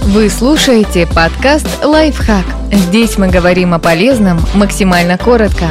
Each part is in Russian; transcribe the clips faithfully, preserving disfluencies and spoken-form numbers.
Вы слушаете подкаст «Лайфхак». Здесь мы говорим о полезном максимально коротко.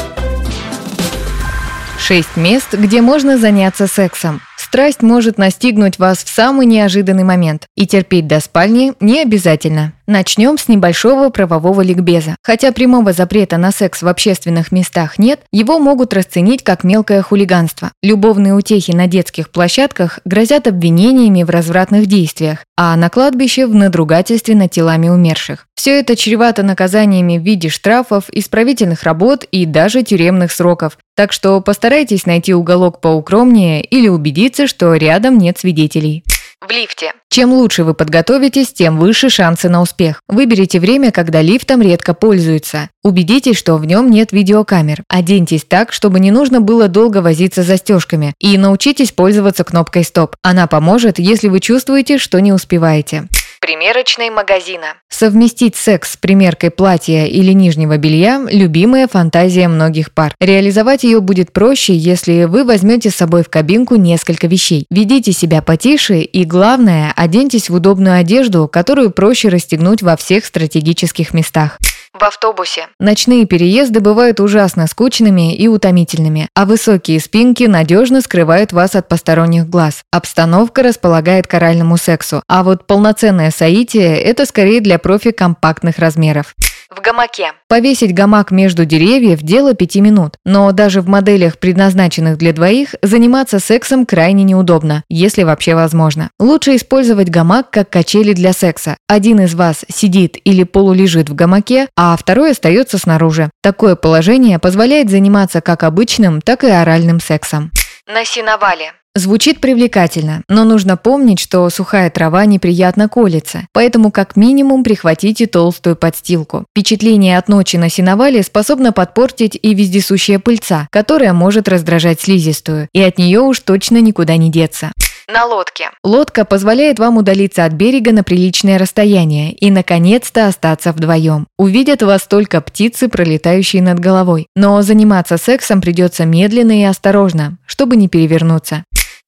Шесть мест, где можно заняться сексом. Страсть может настигнуть вас в самый неожиданный момент, и терпеть до спальни не обязательно. Начнем с небольшого правового ликбеза. Хотя прямого запрета на секс в общественных местах нет, его могут расценить как мелкое хулиганство. Любовные утехи на детских площадках грозят обвинениями в развратных действиях, а на кладбище в надругательстве над телами умерших. Все это чревато наказаниями в виде штрафов, исправительных работ и даже тюремных сроков. Так что постарайтесь найти уголок поукромнее или убедиться, что рядом нет свидетелей. В лифте. Чем лучше вы подготовитесь, тем выше шансы на успех. Выберите время, когда лифтом редко пользуются. Убедитесь, что в нем нет видеокамер. Оденьтесь так, чтобы не нужно было долго возиться с застежками. И научитесь пользоваться кнопкой «Стоп». Она поможет, если вы чувствуете, что не успеваете. Примерочной магазина. Совместить секс с примеркой платья или нижнего белья – любимая фантазия многих пар. Реализовать ее будет проще, если вы возьмете с собой в кабинку несколько вещей. Ведите себя потише и, главное, оденьтесь в удобную одежду, которую проще расстегнуть во всех стратегических местах. В автобусе. Ночные переезды бывают ужасно скучными и утомительными, а высокие спинки надежно скрывают вас от посторонних глаз. Обстановка располагает к оральному сексу, а вот полноценное соитие – это скорее для профи компактных размеров. В гамаке. Повесить гамак между деревьев – дело пяти минут. Но даже в моделях, предназначенных для двоих, заниматься сексом крайне неудобно, если вообще возможно. Лучше использовать гамак как качели для секса. Один из вас сидит или полулежит в гамаке, а второй остается снаружи. Такое положение позволяет заниматься как обычным, так и оральным сексом. На сеновале. Звучит привлекательно, но нужно помнить, что сухая трава неприятно колется, поэтому как минимум прихватите толстую подстилку. Впечатление от ночи на сеновале способно подпортить и вездесущая пыльца, которая может раздражать слизистую, и от нее уж точно никуда не деться. На лодке. Лодка позволяет вам удалиться от берега на приличное расстояние и, наконец-то, остаться вдвоем. Увидят вас только птицы, пролетающие над головой. Но заниматься сексом придется медленно и осторожно, чтобы не перевернуться.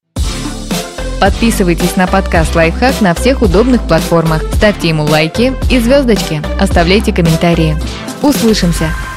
Подписывайтесь на подкаст «Лайфхак» на всех удобных платформах, ставьте ему лайки и звездочки, оставляйте комментарии. Услышимся!